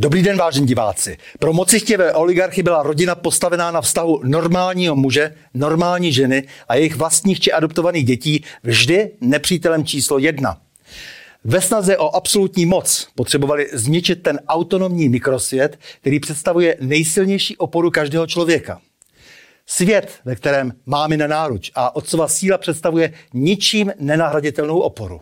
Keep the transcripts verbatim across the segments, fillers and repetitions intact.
Dobrý den, vážení diváci. Pro mocichtivé oligarchy byla rodina postavená na vztahu normálního muže, normální ženy a jejich vlastních či adoptovaných dětí vždy nepřítelem číslo jedna. Ve snaze o absolutní moc potřebovali zničit ten autonomní mikrosvět, který představuje nejsilnější oporu každého člověka. Svět, ve kterém mámina náruč a otcova síla představuje ničím nenahraditelnou oporu.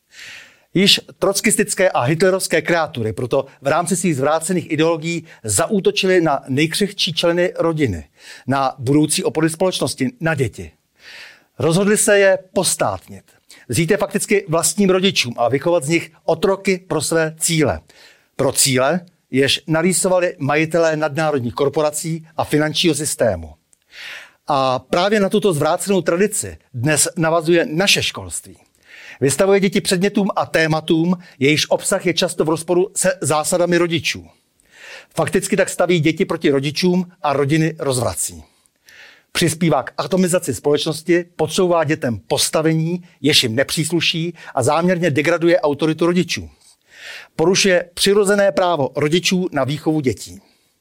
Již trotskistické a hitlerovské kreatury proto v rámci svých zvrácených ideologií zaútočily na nejkřehčí členy rodiny, na budoucí opory společnosti, na děti. Rozhodli se je postátnit, vzít je fakticky vlastním rodičům a vychovat z nich otroky pro své cíle. Pro cíle, jež narýsovali majitelé nadnárodních korporací a finančního systému. A právě na tuto zvrácenou tradici dnes navazuje naše školství. Vystavuje děti předmětům a tématům, jejichž obsah je často v rozporu se zásadami rodičů. Fakticky tak staví děti proti rodičům a rodiny rozvrací. Přispívá k atomizaci společnosti, podsouvá dětem postavení, jež jim nepřísluší a záměrně degraduje autoritu rodičů. Porušuje přirozené právo rodičů na výchovu dětí.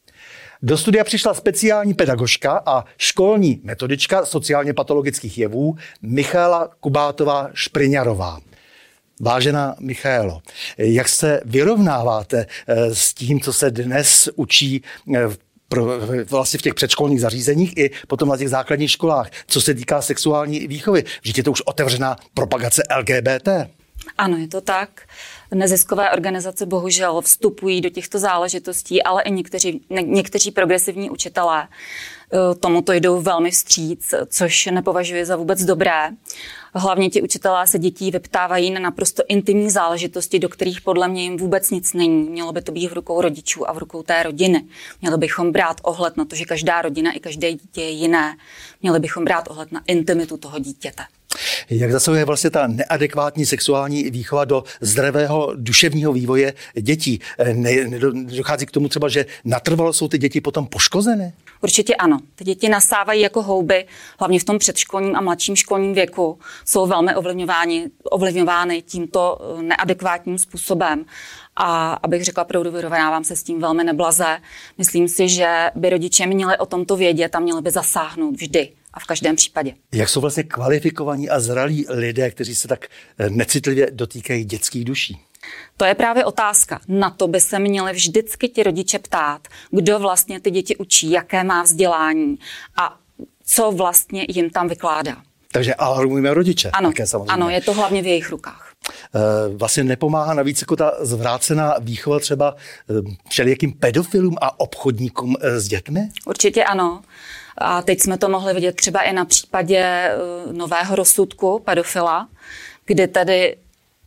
Do studia přišla speciální pedagožka a školní metodička sociálně patologických jevů Michaela Kubátová-Špriňarová. Vážená Michaelo, jak se vyrovnáváte s tím, co se dnes učí vlastně v těch předškolních zařízeních i potom na těch základních školách, co se týká sexuální výchovy? Vždyť je to už otevřená propagace L G B T. Ano, je to tak. Neziskové organizace bohužel vstupují do těchto záležitostí, ale i někteří, ně, někteří progresivní učitelé tomuto jdou velmi vstříc, což nepovažuji za vůbec dobré. Hlavně ti učitelé se dětí vyptávají na naprosto intimní záležitosti, do kterých podle mě jim vůbec nic není. Mělo by to být v rukou rodičů a v rukou té rodiny. Měli bychom brát ohled na to, že každá rodina i každé dítě je jiné. Měli bychom brát ohled na intimitu toho dítěte. Jak zasahuje vlastně ta neadekvátní sexuální výchova do zdravého duševního vývoje dětí? Nedochází k tomu třeba, že natrvalo jsou ty děti potom poškozené? Určitě ano. Ty děti nasávají jako houby, hlavně v tom předškolním a mladším školním věku. Jsou velmi ovlivňovány, ovlivňovány tímto neadekvátním způsobem. A abych řekla pravdu, vyrovnávám se s tím velmi neblaze. Myslím si, že by rodiče měli o tomto vědět a měli by zasáhnout vždy a v každém případě. Jak jsou vlastně kvalifikovaní a zralí lidé, kteří se tak necitlivě dotýkají dětských duší? To je právě otázka. Na to by se měli vždycky ti rodiče ptát, kdo vlastně ty děti učí, jaké má vzdělání a co vlastně jim tam vykládá. Takže alarmujeme rodiče. Ano, také, ano, je to hlavně v jejich rukách. Vlastně nepomáhá navíc jako ta zvrácená výchova třeba všelijakým pedofilům a obchodníkům s dětmi? Určitě ano. A teď jsme to mohli vidět třeba i na případě nového rozsudku pedofila, kdy tady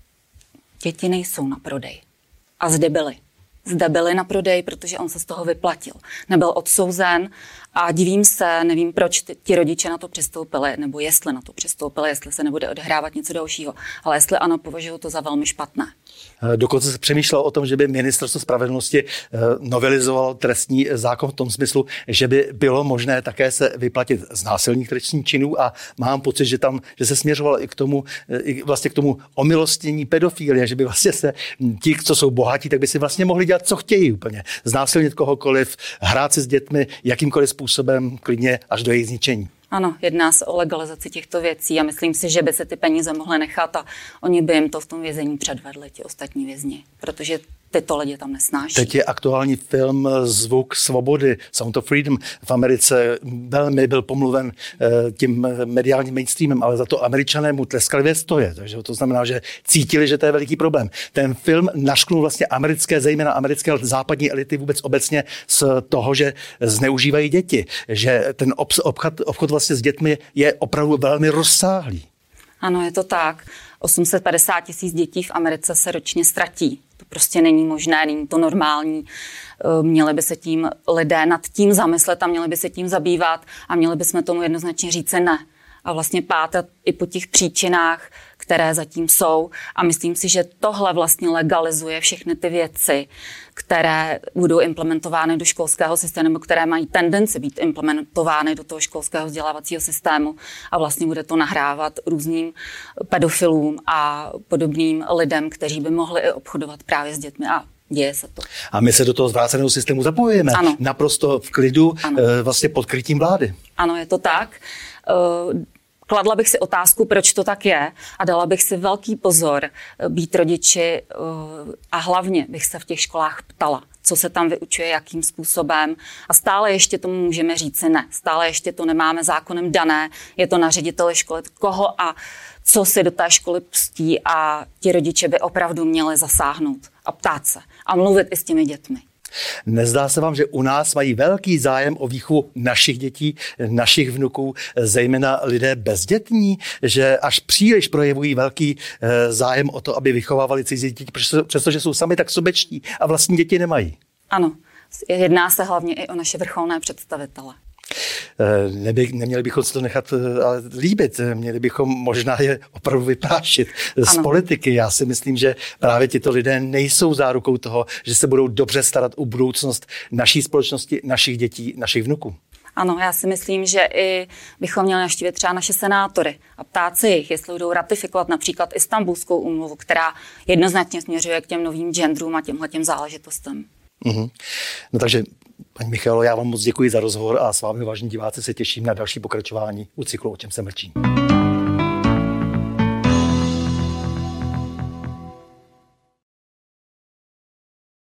děti nejsou na prodej. A zde byly. Zde byly na prodej, protože on se z toho vyplatil. Nebyl odsouzen a divím se, nevím, proč ti rodiče na to přistoupili, nebo jestli na to přistoupili, jestli se nebude odehrávat něco dalšího. Ale jestli ano, považuji to za velmi špatné. Dokonce se přemýšlelo o tom, že by Ministerstvo spravedlnosti novelizovalo trestní zákon v tom smyslu, že by bylo možné také se vyplatit z násilných trestních činů a mám pocit, že tam, že se směřovalo i k tomu, i vlastně k tomu omilostnění pedofilie, že by vlastně se ti, co jsou bohatí, tak by si vlastně mohli dělat, co chtějí úplně. Znásilnit kohokoliv, hrát si s dětmi jakýmkoliv způsobem, klidně až do jejich zničení. Ano, jedná se o legalizaci těchto věcí a myslím si, že by se ty peníze mohly nechat a oni by jim to v tom vězení předvedli, ti ostatní vězni, protože tyto lidi tam nesnáší. Teď je aktuální film Zvuk svobody, Sound of Freedom v Americe. Velmi byl pomluven tím mediálním mainstreamem, ale za to Američané mu tleskali stoje. Takže to znamená, že cítili, že to je veliký problém. Ten film našknul vlastně americké, zejména americké západní elity vůbec obecně z toho, že zneužívají děti. Že ten obchod, obchod vlastně s dětmi je opravdu velmi rozsáhlý. Ano, je to tak. osm set padesát tisíc dětí v Americe se ročně ztratí. To prostě není možné, není to normální. Měli by se tím lidé nad tím zamyslet a měli by se tím zabývat a měli bychom tomu jednoznačně říci ne. A vlastně pátat i po těch příčinách, které zatím jsou. A myslím si, že tohle vlastně legalizuje všechny ty věci, které budou implementovány do školského systému, nebo které mají tendenci být implementovány do toho školského vzdělávacího systému. A vlastně bude to nahrávat různým pedofilům a podobným lidem, kteří by mohli i obchodovat právě s dětmi a Děje se to. A my se do toho zvráceného systému zapojujeme. Ano. Naprosto v klidu, ano. vlastně pod krytím vlády. Ano, je to tak. Kladla bych si otázku, proč to tak je, a dala bych si velký pozor být rodiči a hlavně bych se v těch školách ptala, co se tam vyučuje, jakým způsobem. A stále ještě tomu můžeme říci ne. Stále ještě to nemáme zákonem dané. Je to na řediteli školy, koho a co si do té školy pustí, a ti rodiče by opravdu měli zasáhnout a ptát se a mluvit i s těmi dětmi. Nezdá se vám, že u nás mají velký zájem o výchovu našich dětí, našich vnuků, zejména lidé bezdětní, že až příliš projevují velký zájem o to, aby vychovávali cizí děti, přestože jsou sami tak sobečtí a vlastní děti nemají? Ano, jedná se hlavně i o naše vrcholné představitele. Neby, neměli bychom se to nechat líbit, měli bychom možná je opravdu vyprášit z ano. politiky. Já si myslím, že právě tito lidé nejsou zárukou toho, že se budou dobře starat o budoucnost naší společnosti, našich dětí, našich vnuků. Ano, já si myslím, že i bychom měli navštívit třeba naše senátory a ptát se jich, jestli budou ratifikovat například Istanbulskou úmluvu, která jednoznačně směřuje k těm novým genderům a těmhletěm záležitostem. Mm-hmm. No takže, paní Michaelo, já vám moc děkuji za rozhovor a s vámi, vážení diváci, se těším na další pokračování u cyklu O čem se mlčí.